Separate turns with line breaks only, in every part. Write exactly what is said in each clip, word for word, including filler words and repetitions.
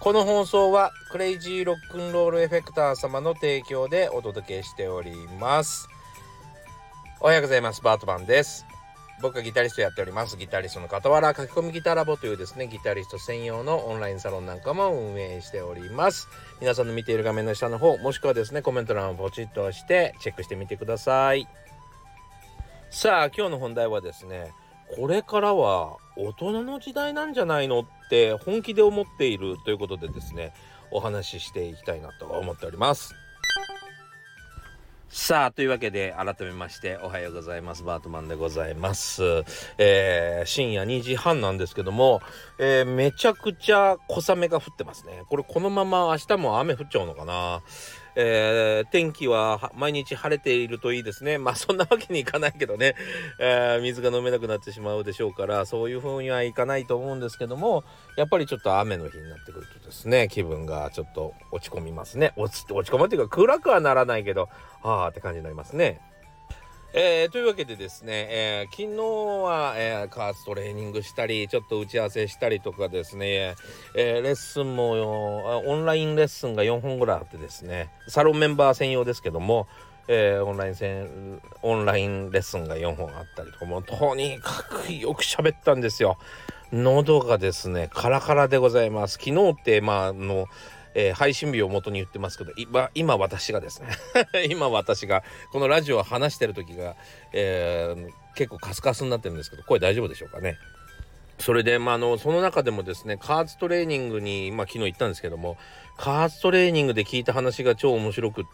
この放送はクレイジーロックンロールエフェクター様の提供でお届けしております。おはようございます。バートマンです。僕はギタリストやっております。ギタリストの傍ら書き込みギタラボというですねギタリスト専用のオンラインサロンなんかも運営しております。皆さんの見ている画面の下の方もしくはですねコメント欄をポチッと押してチェックしてみてください。さあ今日の本題はですね、これからは大人の時代なんじゃないのって本気で思っているということでですね、お話ししていきたいなと思っております。さあというわけで改めましておはようございます。バートマンでございます。えー、深夜にじはんなんですけども、えー、めちゃくちゃ小雨が降ってますね。これこのまま明日も雨降っちゃうのかな。えー、天気は毎日晴れているといいですね。まあそんなわけにいかないけどね、えー、水が飲めなくなってしまうでしょうから、そういう風にはいかないと思うんですけども、やっぱりちょっと雨の日になってくるとですね、気分がちょっと落ち込みますね。落ち落ち込むっていうか暗くはならないけど、はあって感じになりますね。えー、というわけでですね、えー、昨日は、えー、加圧トレーニングしたりちょっと打ち合わせしたりとかですね、えー、レッスンもオンラインレッスンがよんほんぐらいあってですね、サロンメンバー専用ですけども、えー、オンラインせんオンラインレッスンがよんほんあったりとか、もうとにかくよく喋ったんですよ。喉がですねカラカラでございます。昨日ってまああのえー、配信日を元に言ってますけど、今, 今私がですね今私がこのラジオを話してる時が、えー、結構カスカスになってるんですけど、声大丈夫でしょうかね。それで、まあ、あのその中でもですね加圧トレーニングに、まあ、昨日行ったんですけども、加圧トレーニングで聞いた話が超面白くって、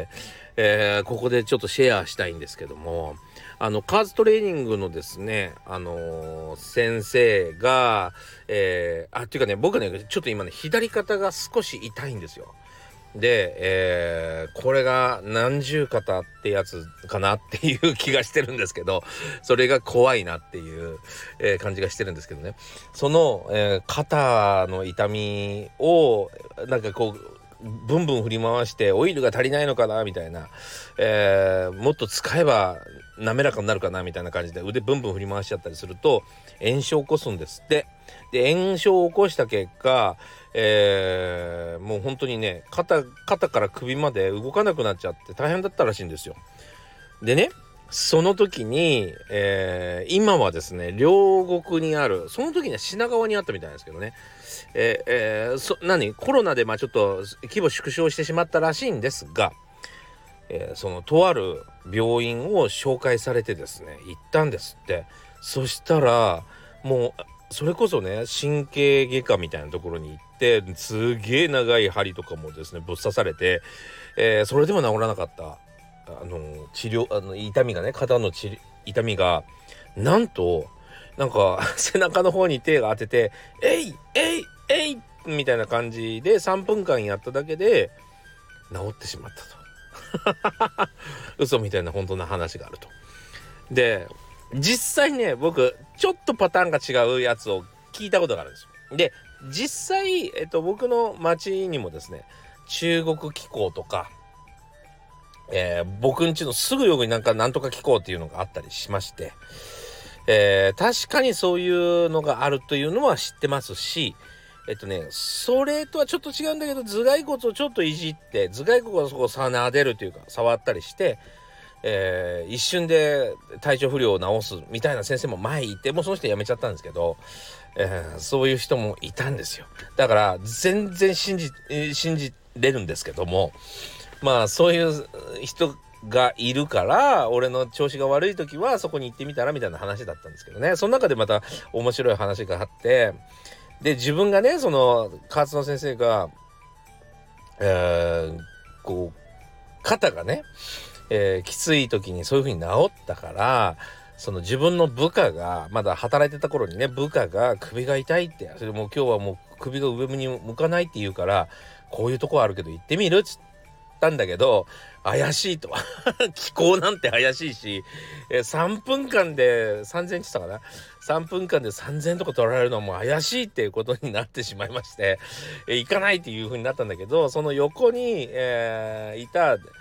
えー、ここでちょっとシェアしたいんですけども、あの加圧トレーニングのですね、あのー、先生が、えー、あっていうかね、僕ねちょっと今ね左肩が少し痛いんですよ。で、えー、これが何十肩ってやつかなっていう気がしてるんですけど、それが怖いなっていう、えー、感じがしてるんですけどね、その、えー、肩の痛みをなんかこうブンブン振り回してオイルが足りないのかなみたいな、えー、もっと使えば滑らかになるかなみたいな感じで腕ブンブン振り回しちゃったりすると炎症を起こすんですって。で炎症を起こした結果、えー、もう本当にね 肩, 肩から首まで動かなくなっちゃって大変だったらしいんですよ。でね、その時に、えー、今はですね両国にある、その時には品川にあったみたいなんですけどね、えーえー、そ何コロナでまあちょっと規模縮小してしまったらしいんですが、えー、そのとある病院を紹介されてですね行ったんですって。そしたらもうそれこそね神経外科みたいなところに行ってすげえ長い針とかもですねぶっ刺されて、えー、それでも治らなかったあの治療あの痛みがね肩の治痛みがなんとなんか背中の方に手が当ててえいえいえいみたいな感じでさんぷんかんやっただけで治ってしまったと嘘みたいな本当な話があると。で実際ね僕ちょっとパターンが違うやつを聞いたことがあるんですよ。で実際、えっと、僕の町にもですね中国気候とか、えー、僕ん家のすぐ横になんかなんとか気候っていうのがあったりしまして、えー、確かにそういうのがあるというのは知ってますし、えっとねそれとはちょっと違うんだけど頭蓋骨をちょっといじって頭蓋骨をそこを撫でるというか触ったりして、えー、一瞬で体調不良を治すみたいな先生も前いて、もうその人辞めちゃったんですけど、えー、そういう人もいたんですよ。だから全然信じ信じれるんですけども、まあそういう人がいるから俺の調子が悪い時はそこに行ってみたらみたいな話だったんですけどね。その中でまた面白い話があって、で自分がねその加圧の先生が、えー、こう肩がねえー、きつい時にそういう風に治ったから、その自分の部下がまだ働いてた頃にね部下が首が痛いって、それもう今日はもう首が上に向かないって言うから、こういうとこあるけど行ってみるっつったんだけど怪しいと気候なんて怪しいし、えー、さんぷんかんでさんぜんえんって言ったかな、さんぷんかんでさんぜんえんとか取られるのはもう怪しいっていうことになってしまいまして、えー、行かないっていう風になったんだけど、その横に、えー、いた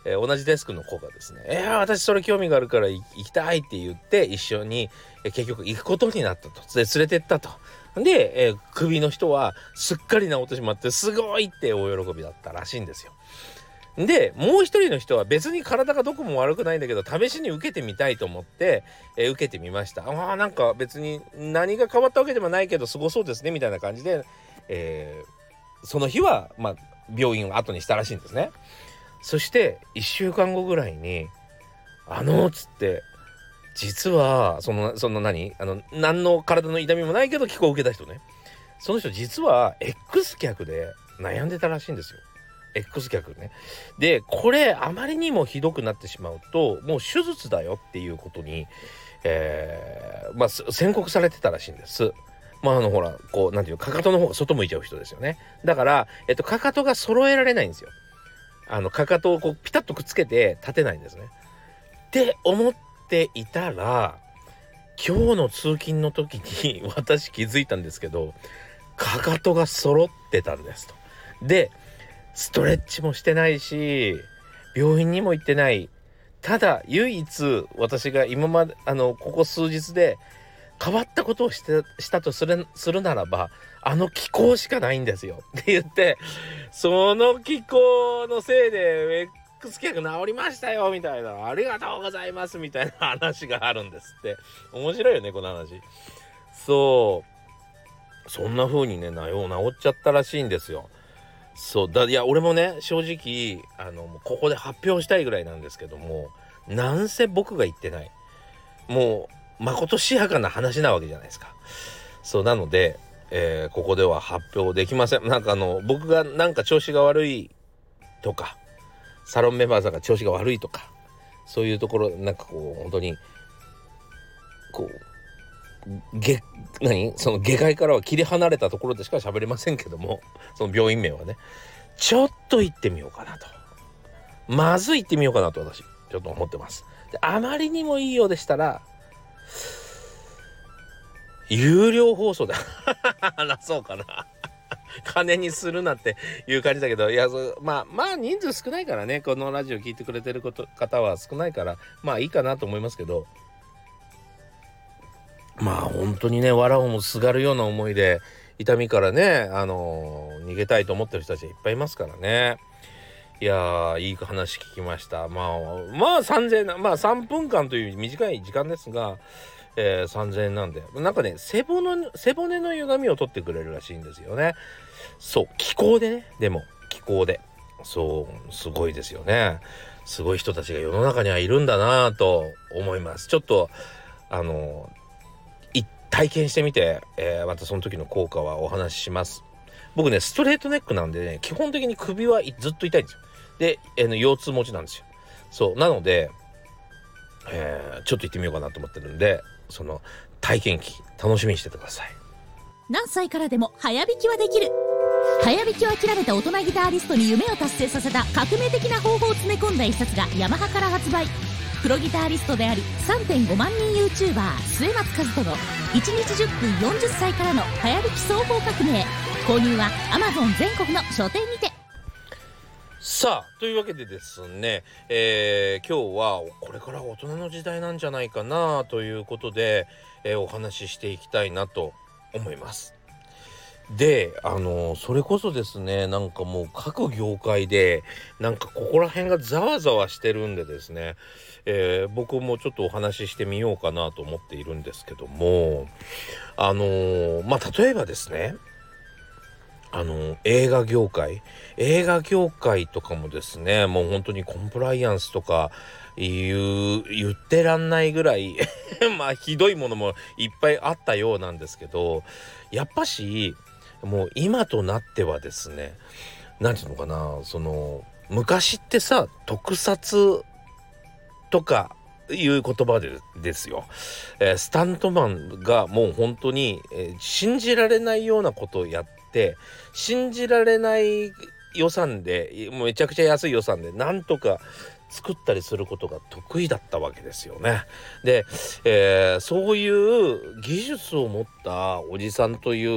えー、同じデスクの子がですね、えー、私それ興味があるから行きたいって言って一緒に、えー、結局行くことになったと。で連れてったと。で、えー、首の人はすっかり治ってしまってすごいって大喜びだったらしいんですよ。でもう一人の人は別に体がどこも悪くないんだけど試しに受けてみたいと思って、えー、受けてみました。あーなんか別に何が変わったわけでもないけどすごそうですねみたいな感じで、えー、その日は、まあ、病院を後にしたらしいんですね。そしていっしゅうかんごぐらいにあのー、つって実はそのその何あの何の体の痛みもないけど気候を受けた人ね、その人実は X 脚で悩んでたらしいんですよ。 X 脚ね。でこれあまりにもひどくなってしまうともう手術だよっていうことに、えー、まあ宣告されてたらしいんです。まああのほらこうなんていうかかとの方が外向いちゃう人ですよね。だから、えっと、かかとが揃えられないんですよ。あのかかとをこうピタッとくっつけて立てないんですね。って思っていたら今日の通勤の時に私気づいたんですけどかかとが揃ってたんですと。でストレッチもしてないし病院にも行ってない。ただ唯一私が今まであのここ数日で変わったことをしてしたとする、するならばあの気候しかないんですよって言って、その気候のせいで X 脚治りましたよみたいな、ありがとうございますみたいな話があるんですって。面白いよねこの話。そうそんな風にねなよ治っちゃったらしいんですよ。そうだいや俺もね正直あのここで発表したいぐらいなんですけども、なんせ僕が言ってないもうまことしやかな話なわけじゃないですか。そうなので、えー、ここでは発表できません。なんかあの僕がなんか調子が悪いとかサロンメンバーさんが調子が悪いとかそういうところなんかこう本当にこうげ何その下界からは切り離れたところでしか喋れませんけども、その病院名はねちょっと行ってみようかなと、まず行ってみようかなと私ちょっと思ってます。であまりにもいいようでしたら有料放送で話そうかな金にするなっていう感じだけど、いやそまあまあ人数少ないからね、このラジオ聞いてくれてること方は少ないからまあいいかなと思いますけど、まあ本当にねわらをもすがるような思いで痛みからねあのー、逃げたいと思ってる人たちいっぱいいますからね。いやーいい話聞きました。まあまあさんぜんえんまあさんぷんかんという短い時間ですが、えー、さんぜんえんなんでなんかね背骨背骨の歪みを取ってくれるらしいんですよね。そう気候でね、でも気候でそうすごいですよね。すごい人たちが世の中にはいるんだなと思います。ちょっとあの体験してみて、えー、またその時の効果はお話しします。僕ねストレートネックなんでね基本的に首はずっと痛いんですよ。で、えー、腰痛持ちなんですよ。そうなので、えー、ちょっと行ってみようかなと思ってるんでその体験記楽しみにしててください。
何歳からでも早弾きはできる。早弾きを諦めた大人ギタリストに夢を達成させた革命的な方法を詰め込んだ一冊がヤマハから発売。プロギタリストであり さんてんごまんにん YouTuber 末松和人のいちにちじゅっぷんよんじゅっさいからの早弾き総合革命。購入は Amazon 全国の書店にて。
さあというわけでですね、えー、今日はこれから大人の時代なんじゃないかなということで、えー、お話ししていきたいなと思います。であのそれこそですねなんかもう各業界でなんかここら辺がざわざわしてるんでですね、えー、僕もちょっとお話ししてみようかなと思っているんですけども、あのー、まあ例えばですねあの映画業界映画業界とかもですねもう本当にコンプライアンスとか言う言ってらんないぐらいまあひどいものもいっぱいあったようなんですけど、やっぱしもう今となってはですねなんていうのかなその昔ってさ特撮とかいう言葉でですよ、えー、スタントマンがもう本当に、えー、信じられないようなことをやって信じられない予算でもうめちゃくちゃ安い予算でなんとか作ったりすることが得意だったわけですよね。で、えー、そういう技術を持ったおじさんという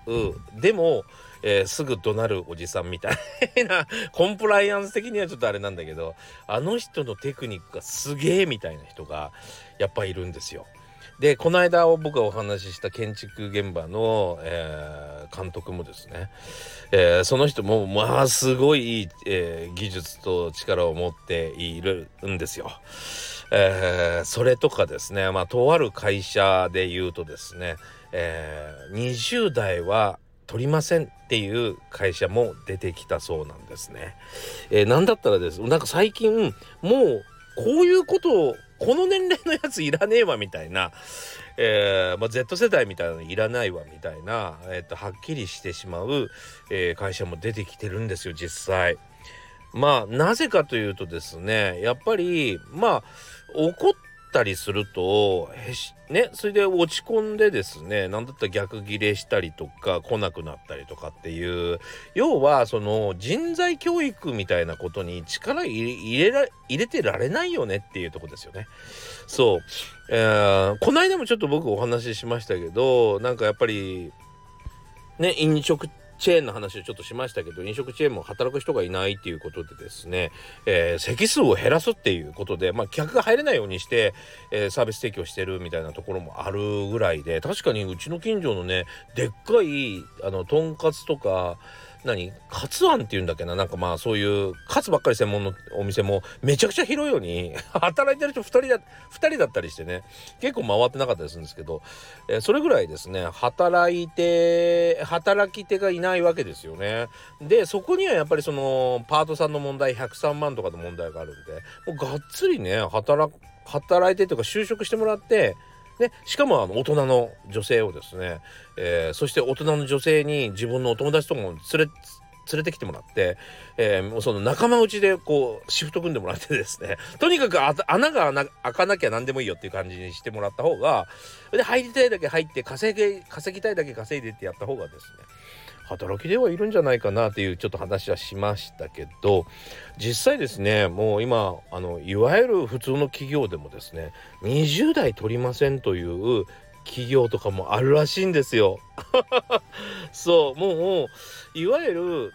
でも、えー、すぐ怒鳴るおじさんみたいなコンプライアンス的にはちょっとあれなんだけど、あの人のテクニックがすげえみたいな人がやっぱいるんですよ。でこの間僕がお話しした建築現場の、えー、監督もですね、えー、その人もまあすごいいい、えー、技術と力を持っているんですよ。えー、それとかですね、まあとある会社で言うとですね、えー、にじゅう代は取りませんっていう会社も出てきたそうなんですね。えー、なんだったらですなんか最近もうこういうことをこの年齢のやついらねえわみたいな、えーまあ、Z 世代みたいなのいらないわみたいな、えー、とはっきりしてしまう、えー、会社も出てきてるんですよ実際。まあなぜかというとですね、やっぱりまあ怒ったりするとへしね、それで落ち込んでですね、なんだったら逆ギレしたりとか来なくなったりとかっていう、要はその人材教育みたいなことに力入れ、入れら入れてられないよねっていうとこですよね。そう、えー、この間もちょっと僕お話ししましたけど、なんかやっぱりね飲食チェーンの話をちょっとしましたけど、飲食チェーンも働く人がいないっていうことでですね、えー、席数を減らすっていうことで、まあ、客が入れないようにして、えー、サービス提供してるみたいなところもあるぐらいで、確かにうちの近所のねでっかいあのとんかつとか何カツ庵っていうんだっけな、なんかまあそういうカツばっかり専門のお店もめちゃくちゃ広いように働いてる人ふたりだふたりだったりしてね、結構回ってなかったりするんですけど、えー、それぐらいですね働いて働き手がいないわけですよね。でそこにはやっぱりそのパートさんの問題ひゃくさんまんとかの問題があるんで、もうがっつりね働働いてというか就職してもらって、でしかもあの大人の女性をですね、えー、そして大人の女性に自分のお友達とかも連れ連れてきてもらって、えー、その仲間内でこうシフト組んでもらってですね、とにかくあ穴が穴開かなきゃ何でもいいよっていう感じにしてもらった方が、で入りたいだけ入って稼ぎ稼ぎたいだけ稼いでってやった方がですね、働きではいるんじゃないかなっていうちょっと話はしましたけど、実際ですねもう今あのいわゆる普通の企業でもですねにじゅう代取りませんという企業とかもあるらしいんですよそうもういわゆ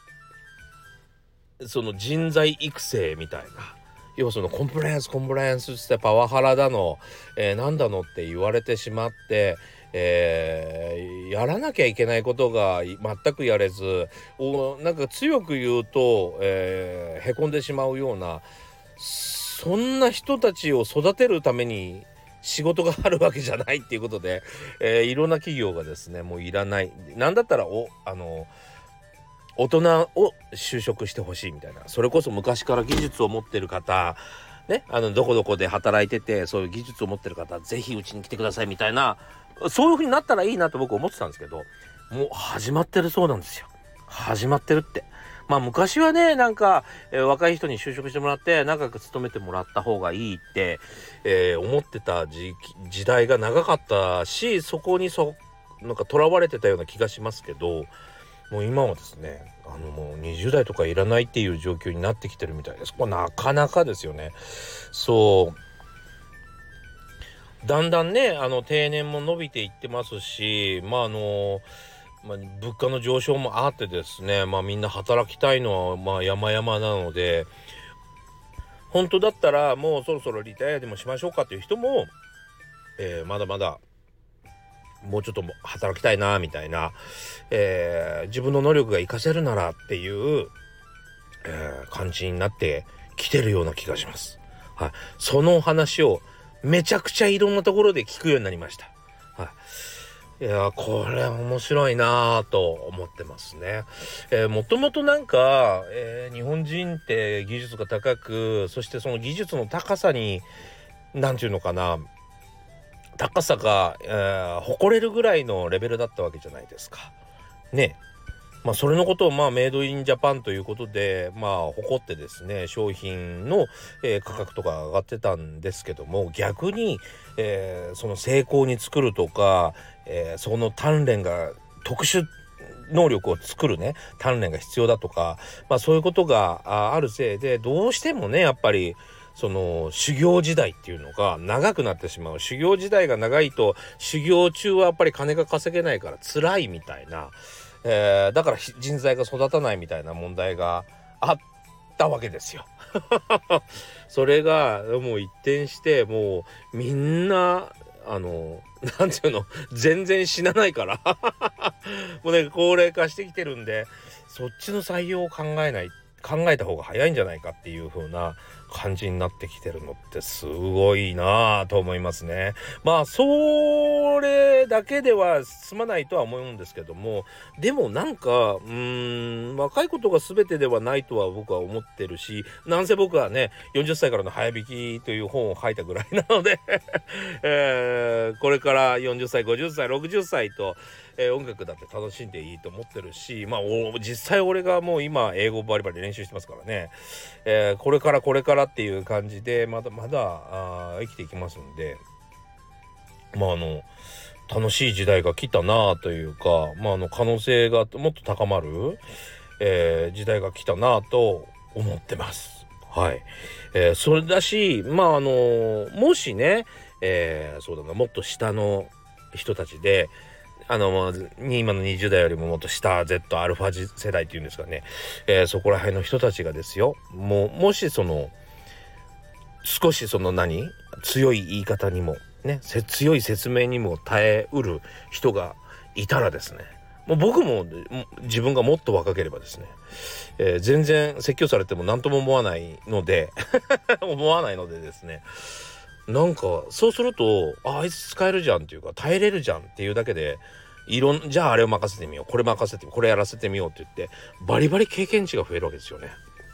るその人材育成みたいな、要はそのコンプライアンスコンプライアンスってパワハラだの、えー、なんだのって言われてしまって、えー、やらなきゃいけないことが全くやれず、おなんか強く言うと、えー、へこんでしまうような、そんな人たちを育てるために仕事があるわけじゃないっていうことで、えー、いろんな企業がですねもういらない、なんだったらおあの大人を就職してほしいみたいな、それこそ昔から技術を持ってる方ね、あのどこどこで働いててそういう技術を持ってる方ぜひうちに来てくださいみたいな、そういう風になったらいいなと僕思ってたんですけど、もう始まってるそうなんですよ。始まってるって。まあ昔はねなんか、えー、若い人に就職してもらって長く勤めてもらった方がいいって、えー、思ってた時時代が長かったし、そこにそなんか囚われてたような気がしますけど、もう今はですねあのもうにじゅう代とかいらないっていう状況になってきてるみたいです。これなかなかですよね。そうだんだんねあの定年も伸びていってますし、まああのまあ、物価の上昇もあってですね、まあみんな働きたいのはまあ山々なので、本当だったらもうそろそろリタイアでもしましょうかっていう人も、えー、まだまだもうちょっと働きたいなみたいな、えー、自分の能力が活かせるならっていう、えー、感じになってきてるような気がします。はい、その話をめちゃくちゃいろんなところで聞くようになりました。はい、いやこれ面白いなと思ってますね。えー、もともとなんか、えー、日本人って技術が高く、そしてその技術の高さになんていうのかな、高さが、えー、誇れるぐらいのレベルだったわけじゃないですかね。まあそれのことをまあメイドインジャパンということでまあ誇ってですね商品の、えー、価格とか上がってたんですけども、逆に、えー、その成功に作るとか、えー、その鍛錬が特殊能力を作るね鍛錬が必要だとか、まあそういうことが あ, あるせいでどうしてもねやっぱりその修行時代っていうのが長くなってしまう。修行時代が長いと修行中はやっぱり金が稼げないから辛いみたいな、えー、だから人材が育たないみたいな問題があったわけですよそれがもう一転してもうみんなあのなんていうの全然死なないからもうね高齢化してきてるんで、そっちの採用を考えない考えた方が早いんじゃないかっていう風な感じになってきてるのってすごいなぁと思いますね。まあそれだけでは済まないとは思うんですけども、でもなんかうーん若いことが全てではないとは僕は思ってるし、なんせ僕はねよんじゅっさいからの早弾きという本を書いたぐらいなので、えー、これからよんじゅっさいごじゅっさいろくじゅっさいとえー、音楽だって楽しんでいいと思ってるし、まあ実際俺がもう今英語バリバリ練習してますからね、えー、これからこれからっていう感じでまだまだあ生きていきますんで、まああの楽しい時代が来たなというか、まああの可能性がもっと高まる、えー、時代が来たなと思ってます。はい、えー、それだし、まああのもしね、えー、そうだなもっと下の人たちであの今のにじゅう代よりももっと下 Z アルファ世代っていうんですかね、えー、そこら辺の人たちがですよ、もうもしその少しその何強い言い方にもね強い説明にも耐えうる人がいたらですね、もう僕も自分がもっと若ければですね、えー、全然説教されても何とも思わないので思わないのでですね、なんかそうすると あ, あいつ使えるじゃんっていうか耐えれるじゃんっていうだけでいろんじゃああれを任せてみようこれ任せてこれやらせてみようって言ってバリバリ経験値が増えるわけですよね。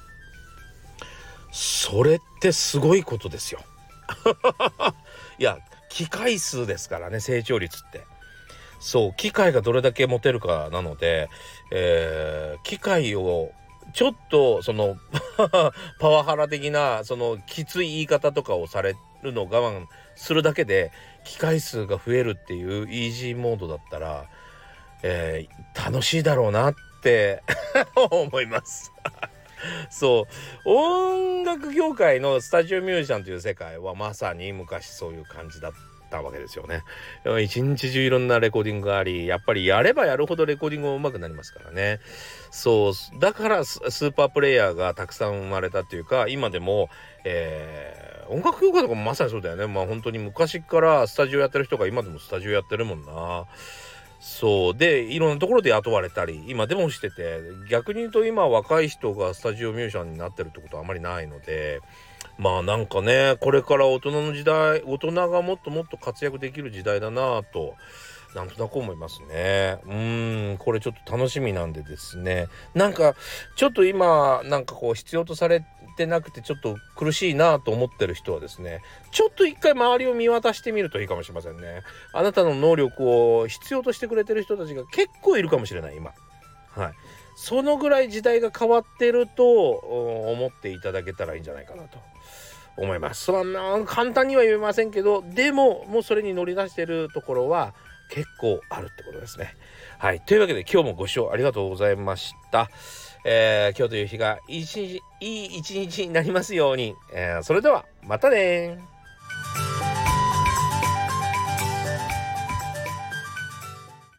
それってすごいことですよいや機会数ですからね、成長率って。そう機会がどれだけ持てるかなので、えー、機会をちょっとそのパワハラ的なそのきつい言い方とかをされるのを我慢するだけで機会数が増えるっていうイージーモードだったら、えー、楽しいだろうなって思いますそう音楽業界のスタジオミュージシャンという世界はまさに昔そういう感じだったわけですよね。一日中いろんなレコーディングがあり、やっぱりやればやるほどレコーディングも上手くなりますからね。そうだからスーパープレイヤーがたくさん生まれたっていうか、今でも、えー、音楽業界とかもまさにそうだよね。まあ本当に昔からスタジオやってる人が今でもスタジオやってるもんな。そうでいろんなところで雇われたり今でもしてて、逆に言うと今若い人がスタジオミュージシャンになってるってことはあまりないので、まあなんかねこれから大人の時代、大人がもっともっと活躍できる時代だなとなんとなく思いますね。うーんこれちょっと楽しみなんでですね、なんかちょっと今なんかこう必要とされてなくてちょっと苦しいなと思ってる人はですね、ちょっと一回周りを見渡してみるといいかもしれませんね。あなたの能力を必要としてくれてる人たちが結構いるかもしれない今。はい、そのぐらい時代が変わってると思っていただけたらいいんじゃないかなと思います。そんな簡単には言えませんけど、でももうそれに乗り出してるところは結構あるってことですね。はい、というわけで今日もご視聴ありがとうございました。えー、今日という日が一日いい一日になりますように、えー、それではまたね。